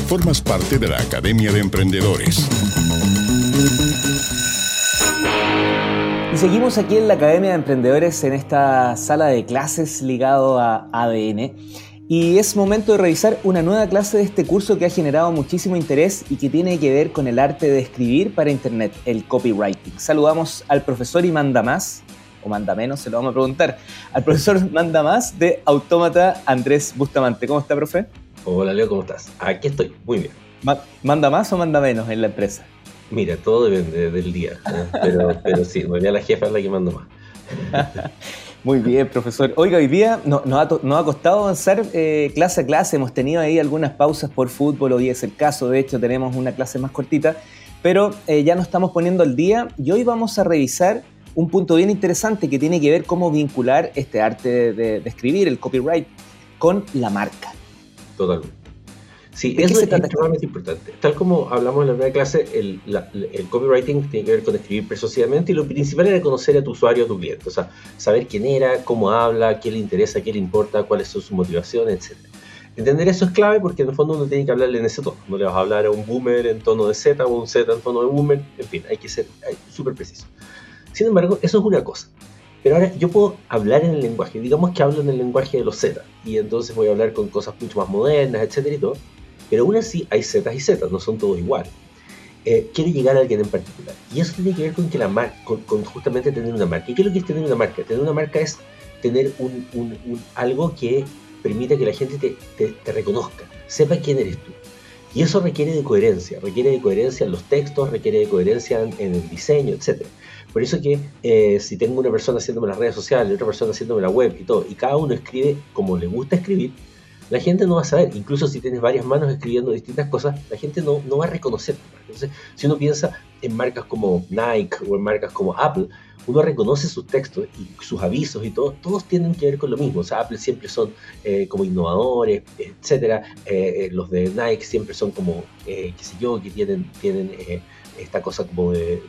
Formas parte de la Academia de Emprendedores. Y seguimos aquí en la Academia de Emprendedores en esta sala de clases ligado a ADN. Y es momento de revisar una nueva clase de este curso que ha generado muchísimo interés y que tiene que ver con el arte de escribir para Internet, el copywriting. Saludamos al profesor y manda más, o manda menos, se lo vamos a preguntar, al profesor manda más de Autómata, Andrés Bustamante. ¿Cómo está, profe? Hola, Leo, ¿cómo estás? Aquí estoy, muy bien. ¿Manda más o manda menos en la empresa? Mira, todo depende del día, pero sí, en realidad la jefa es la que manda más. Muy bien, profesor. Oiga, hoy día nos ha costado avanzar clase a clase. Hemos tenido ahí algunas pausas por fútbol, hoy es el caso. De hecho, tenemos una clase más cortita, pero ya nos estamos poniendo al día y hoy vamos a revisar un punto bien interesante que tiene que ver cómo vincular este arte de escribir, el copyright, con la marca. Totalmente. Sí, eso es extremadamente importante. Tal como hablamos en la primera clase, el copywriting tiene que ver con escribir persuasivamente y lo principal era conocer a tu usuario, a tu cliente. O sea, saber quién era, cómo habla, qué le interesa, qué le importa, cuáles son sus motivaciones, etc. Entender eso es clave porque en el fondo uno tiene que hablarle en ese tono. No le vas a hablar a un boomer en tono de Z o a un Z en tono de boomer. En fin, hay que ser súper preciso. Sin embargo, eso es una cosa. Pero ahora yo puedo hablar en el lenguaje. Digamos que hablo en el lenguaje de los Z. Y entonces voy a hablar con cosas mucho más modernas, etcétera y todo. Pero aún así hay Zetas y Zetas, no son todos iguales. Quiere llegar a alguien en particular. Y eso tiene que ver con que la marca, con justamente tener una marca. ¿Y qué es lo que es tener una marca? Tener una marca es tener algo que permita que la gente te reconozca, sepa quién eres tú. Y eso requiere de coherencia en los textos, requiere de coherencia en el diseño, etc. Por eso que si tengo una persona haciéndome las redes sociales, otra persona haciéndome la web y todo, y cada uno escribe como le gusta escribir, la gente no va a saber. Incluso si tienes varias manos escribiendo distintas cosas, la gente no va a reconocer tu marca. Entonces, si uno piensa en marcas como Nike o en marcas como Apple, uno reconoce sus textos y sus avisos y todo, todos tienen que ver con lo mismo. O sea, Apple siempre son como innovadores, etcétera. Los de Nike siempre son como, qué sé yo, que tienen esta cosa como de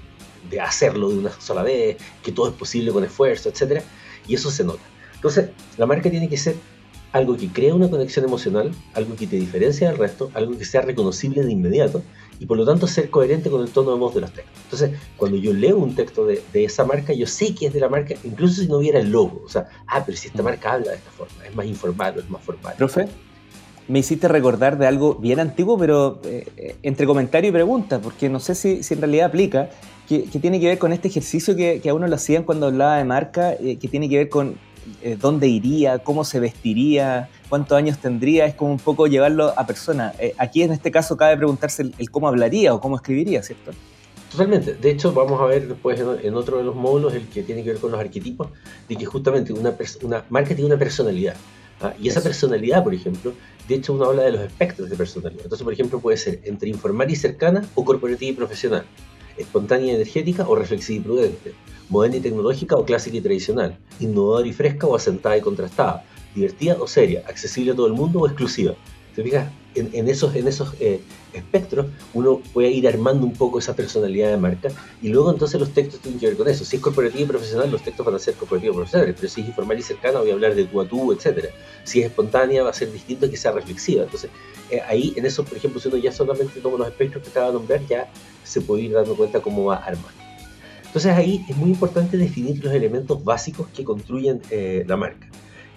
hacerlo de una sola vez, que todo es posible con esfuerzo, etcétera. Y eso se nota. Entonces, la marca tiene que ser algo que crea una conexión emocional, algo que te diferencia del resto, algo que sea reconocible de inmediato y por lo tanto ser coherente con el tono de voz de los textos. Entonces, cuando yo leo un texto de esa marca, yo sé que es de la marca, incluso si no viera el logo. O sea, pero si esta marca habla de esta forma, es más informal o es más formal. Profe, me hiciste recordar de algo bien antiguo, pero entre comentario y pregunta, porque no sé si en realidad aplica, que tiene que ver con este ejercicio que a uno lo hacían cuando hablaba de marca, que tiene que ver con dónde iría, cómo se vestiría, cuántos años tendría, es como un poco llevarlo a persona. Aquí en este caso cabe preguntarse el cómo hablaría o cómo escribiría, ¿cierto? Totalmente. De hecho, vamos a ver después en otro de los módulos, el que tiene que ver con los arquetipos, de que justamente una marca tiene una personalidad. Y esa personalidad, por ejemplo, de hecho uno habla de los espectros de personalidad. Entonces, por ejemplo, puede ser entre informal y cercana o corporativa y profesional, espontánea y energética o reflexiva y prudente, moderna y tecnológica o clásica y tradicional, innovadora y fresca o asentada y contrastada, divertida o seria, accesible a todo el mundo o exclusiva. ¿Te fijas? En esos espectros uno puede ir armando un poco esa personalidad de marca y luego entonces los textos tienen que ver con eso. Si es corporativa y profesional, los textos van a ser corporativos y profesionales, pero si es informal y cercana voy a hablar de tú a tú, etc. Si es espontánea va a ser distinto que sea reflexiva. Entonces ahí en eso, por ejemplo, si uno ya solamente toma los espectros que acaba de nombrar, ya se puede ir dando cuenta cómo va armando. Entonces ahí es muy importante definir los elementos básicos que construyen la marca.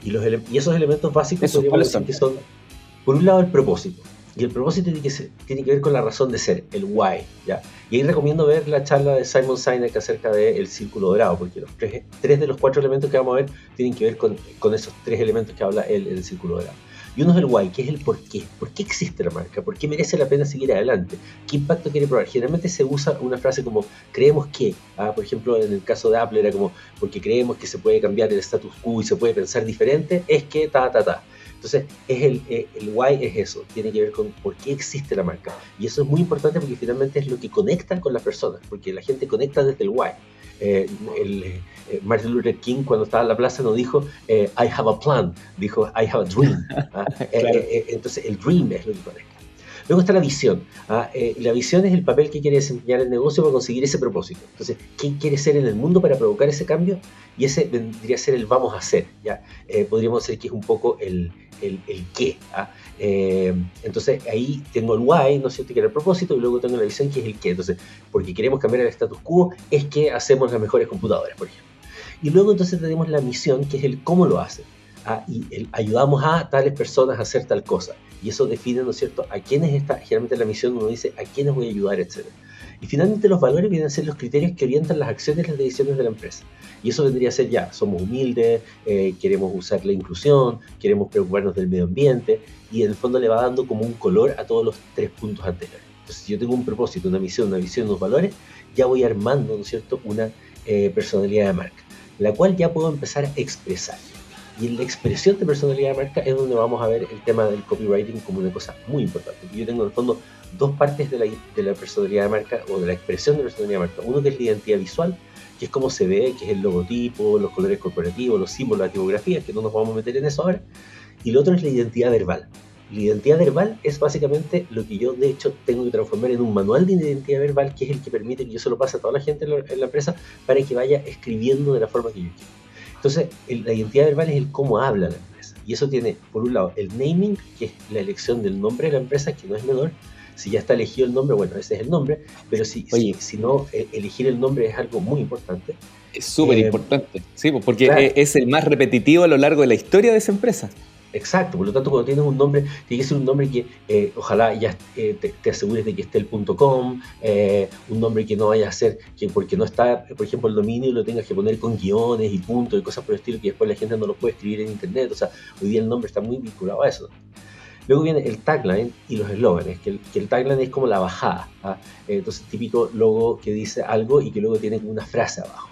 Y esos elementos básicos podríamos decir que son, por un lado, el propósito. Y el propósito tiene que ver con la razón de ser, el why, ¿ya? Y ahí recomiendo ver la charla de Simon Sinek acerca del círculo dorado, porque los tres de los 4 elementos que vamos a ver tienen que ver con esos 3 elementos que habla él en el círculo dorado. Y uno es el why, que es el por qué. ¿Por qué existe la marca? ¿Por qué merece la pena seguir adelante? ¿Qué impacto quiere probar? Generalmente se usa una frase como, creemos que, por ejemplo, en el caso de Apple era como, porque creemos que se puede cambiar el status quo y se puede pensar diferente, es que Entonces, el why es eso, tiene que ver con por qué existe la marca. Y eso es muy importante porque finalmente es lo que conecta con las personas, porque la gente conecta desde el why. Martin Luther King cuando estaba en la plaza no dijo I have a plan, dijo I have a dream. Claro. Entonces el dream es lo que conecta. Luego está la visión. La visión es el papel que quiere desempeñar el negocio para conseguir ese propósito. Entonces, ¿qué quiere ser en el mundo para provocar ese cambio? Y ese vendría a ser el vamos a hacer, ¿ya? Podríamos decir que es un poco el qué. Entonces, ahí tengo el why, ¿no es cierto?, que era el propósito, y luego tengo la visión, que es el qué. Entonces, porque queremos cambiar el status quo, es que hacemos las mejores computadoras, por ejemplo. Y luego entonces tenemos la misión, que es el cómo lo hacen. Ayudamos a tales personas a hacer tal cosa. Y eso define, ¿no es cierto?, a quiénes está. Generalmente en la misión uno dice a quiénes voy a ayudar, etc. Y finalmente los valores vienen a ser los criterios que orientan las acciones y las decisiones de la empresa. Y eso vendría a ser ya, somos humildes, queremos usar la inclusión, queremos preocuparnos del medio ambiente, y en el fondo le va dando como un color a todos los 3 puntos anteriores. Entonces, si yo tengo un propósito, una misión, una visión, unos valores, ya voy armando, ¿no es cierto?, una personalidad de marca, la cual ya puedo empezar a expresar. Y en la expresión de personalidad de marca es donde vamos a ver el tema del copywriting como una cosa muy importante. Yo tengo en el fondo 2 partes de la personalidad de marca, o de la expresión de personalidad de marca. Uno que es la identidad visual, que es cómo se ve, que es el logotipo, los colores corporativos, los símbolos, la tipografía, que no nos vamos a meter en eso ahora. Y lo otro es la identidad verbal. La identidad verbal es básicamente lo que yo, de hecho, tengo que transformar en un manual de identidad verbal, que es el que permite que yo se lo pase a toda la gente en la empresa para que vaya escribiendo de la forma que yo quiero. Entonces, la identidad verbal es el cómo habla la empresa. Y eso tiene, por un lado, el naming, que es la elección del nombre de la empresa, que no es menor. Si ya está elegido el nombre, bueno, ese es el nombre, pero si no, elegir el nombre es algo muy importante. Es súper importante, sí, porque claro, es el más repetitivo a lo largo de la historia de esa empresa. Exacto, por lo tanto, cuando tienes un nombre, tiene que ser un nombre que ojalá ya te asegures de que esté el .com, un nombre que no vaya a ser, que porque no está, por ejemplo, el dominio, lo tengas que poner con guiones y puntos y cosas por el estilo, que después la gente no lo puede escribir en internet. O sea, hoy día el nombre está muy vinculado a eso. Luego viene el tagline y los eslóganes, que el tagline es como la bajada. Entonces, típico logo que dice algo y que luego tiene una frase abajo.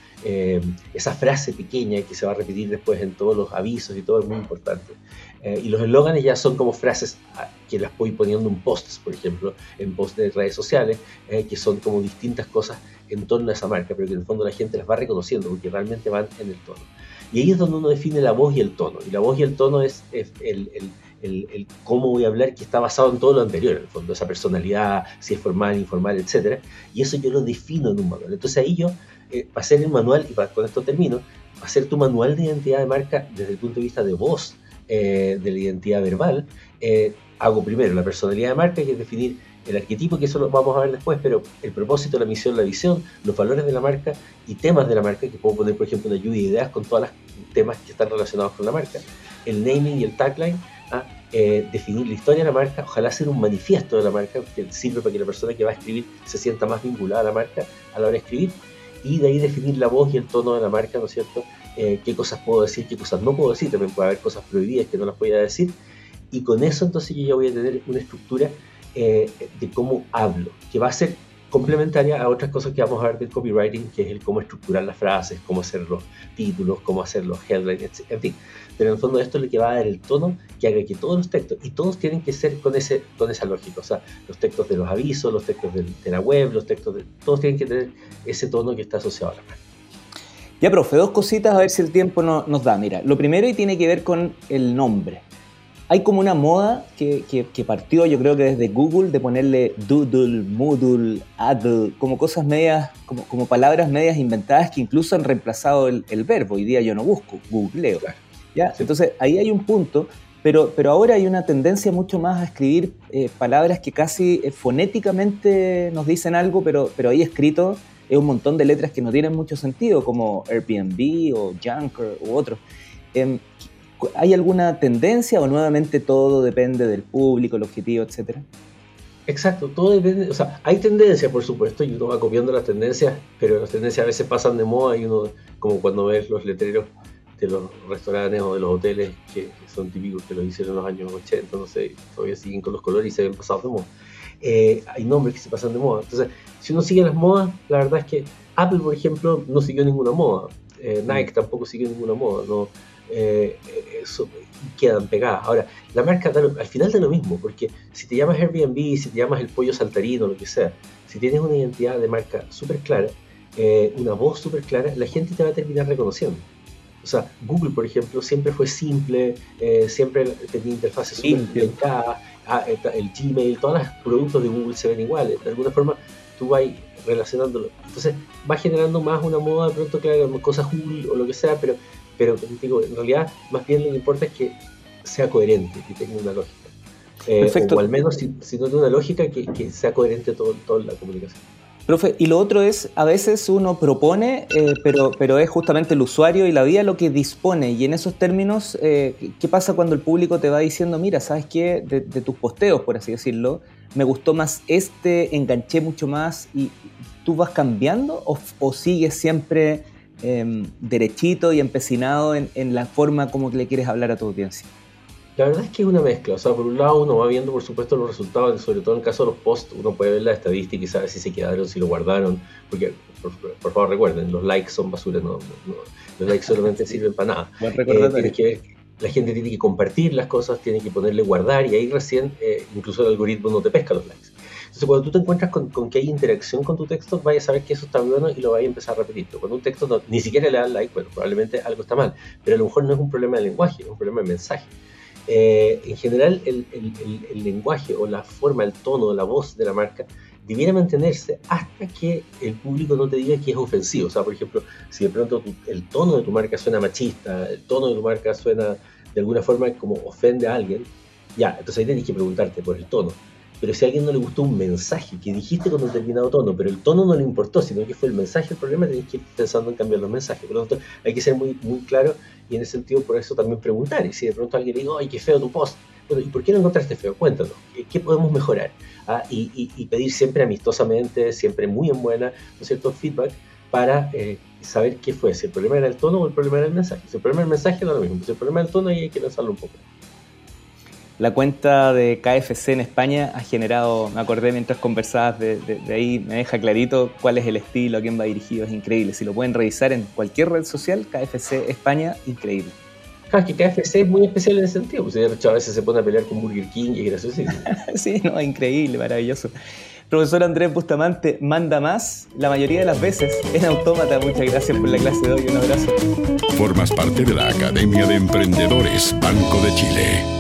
Esa frase pequeña que se va a repetir después en todos los avisos y todo es muy importante. Y los eslóganes ya son como frases que las voy poniendo en posts, por ejemplo, en posts de redes sociales, que son como distintas cosas en torno a esa marca, pero que en el fondo la gente las va reconociendo porque realmente van en el tono. Y ahí es donde uno define la voz y el tono. Y la voz y el tono es el cómo voy a hablar, que está basado en todo lo anterior, en el fondo, esa personalidad, si es formal, informal, etc. Y eso yo lo defino en un manual. Entonces ahí yo, para hacer el manual, y con esto termino, para hacer tu manual de identidad de marca desde el punto de vista de voz, de la identidad verbal, hago primero la personalidad de marca, que es definir el arquetipo, que eso lo vamos a ver después, pero el propósito, la misión, la visión, los valores de la marca y temas de la marca, que puedo poner, por ejemplo, una lluvia de ideas con todos los temas que están relacionados con la marca, el naming y el tagline, definir la historia de la marca, ojalá hacer un manifiesto de la marca, que sirve para que la persona que va a escribir se sienta más vinculada a la marca a la hora de escribir, y de ahí definir la voz y el tono de la marca, ¿no es cierto? Qué cosas puedo decir, qué cosas no puedo decir, también puede haber cosas prohibidas que no las voy a decir, y con eso entonces yo ya voy a tener una estructura de cómo hablo, que va a ser complementaria a otras cosas que vamos a ver del copywriting, que es el cómo estructurar las frases, cómo hacer los títulos, cómo hacer los headlines, en fin. Pero en el fondo esto es lo que va a dar el tono que haga que todos los textos, y todos tienen que ser con esa lógica, o sea, los textos de los avisos, los textos de la web, todos tienen que tener ese tono que está asociado a la marca. Ya, profe, 2 cositas a ver si el tiempo nos da. Mira, lo primero y tiene que ver con el nombre. Hay como una moda que partió, yo creo que desde Google, de ponerle doodle, moodle, addle, como cosas medias, como palabras medias inventadas que incluso han reemplazado el verbo. Hoy día yo no busco, googleo. Claro. ¿Ya? Sí. Entonces ahí hay un punto, pero ahora hay una tendencia mucho más a escribir palabras que casi fonéticamente nos dicen algo, pero ahí escrito es un montón de letras que no tienen mucho sentido, como Airbnb o Junker u otros. ¿Hay alguna tendencia o nuevamente todo depende del público, el objetivo, etcétera? Exacto, todo depende, o sea, hay tendencias, por supuesto, y uno va copiando las tendencias, pero las tendencias a veces pasan de moda y uno, como cuando ves los letreros de los restaurantes o de los hoteles que son típicos, que los hicieron en los años 80, no sé, todavía siguen con los colores y se ven pasados de moda. Hay nombres que se pasan de moda. Entonces, si uno sigue las modas, la verdad es que Apple, por ejemplo, no siguió ninguna moda. Nike tampoco siguió ninguna moda. No, eso quedan pegadas. Ahora, la marca al final da lo mismo, porque si te llamas Airbnb, si te llamas el pollo saltarino, lo que sea, si tienes una identidad de marca súper clara, una voz súper clara, la gente te va a terminar reconociendo. O sea, Google, por ejemplo, siempre fue simple, siempre tenía interfaces súper complicadas, el Gmail, todos los productos de Google se ven iguales. De alguna forma tú vas relacionándolo. Entonces va generando más una moda, de pronto, claro, cosas Google o lo que sea, pero digo, en realidad más bien lo que importa es que sea coherente, que tenga una lógica. O al menos, si no tiene una lógica, que sea coherente toda la comunicación. Profe, y lo otro es, a veces uno propone, pero es justamente el usuario y la vida lo que dispone. Y en esos términos, ¿qué pasa cuando el público te va diciendo, mira, ¿sabes qué? De tus posteos, por así decirlo, me gustó más enganché mucho más, y tú vas cambiando o sigues siempre derechito y empecinado en la forma como que le quieres hablar a tu audiencia? La verdad es que es una mezcla, o sea, por un lado uno va viendo, por supuesto, los resultados, sobre todo en el caso de los posts, uno puede ver la estadística y saber si se quedaron, si lo guardaron, porque, por favor, recuerden, los likes son basura, no, los likes solamente sirven para nada. Tienes que ver, la gente tiene que compartir las cosas, tiene que ponerle guardar, y ahí recién, incluso el algoritmo no te pesca los likes. Entonces, cuando tú te encuentras con que hay interacción con tu texto, vayas a saber que eso está bueno y lo vayas a empezar a repetir. Pero cuando un texto ni siquiera le da like, bueno, probablemente algo está mal, pero a lo mejor no es un problema de lenguaje, es un problema de mensaje. En general, el lenguaje o la forma, el tono, la voz de la marca debiera mantenerse hasta que el público no te diga que es ofensivo. O sea, por ejemplo, si de pronto el tono de tu marca suena machista, el tono de tu marca suena de alguna forma como ofende a alguien, ya, entonces ahí tienes que preguntarte por el tono. Pero si a alguien no le gustó un mensaje que dijiste con un determinado tono, pero el tono no le importó, sino que fue el mensaje el problema, tenés que ir pensando en cambiar los mensajes. Por lo tanto, hay que ser muy, muy claro, y en ese sentido, por eso también preguntar. Y si de pronto alguien le dice, ¡ay, qué feo tu post! Bueno, ¿y por qué lo encontraste feo? Cuéntanos, ¿qué podemos mejorar? Y pedir siempre amistosamente, siempre muy en buena, ¿no es cierto?, feedback para saber qué fue, si el problema era el tono o el problema era el mensaje. Si el problema era el mensaje, no es lo mismo. Si el problema era el tono, ahí hay que pensarlo un poco. La cuenta de KFC en España ha generado, me acordé mientras conversabas de ahí, me deja clarito cuál es el estilo, a quién va dirigido, es increíble. Si lo pueden revisar en cualquier red social, KFC España, increíble. Claro, que KFC es muy especial en ese sentido, pues de hecho a veces se pone a pelear con Burger King y es graciosísimo. Sí, no, increíble, maravilloso. Profesor Andrés Bustamante, manda más, la mayoría de las veces en Autómata. Muchas gracias por la clase de hoy, un abrazo. Formas parte de la Academia de Emprendedores Banco de Chile.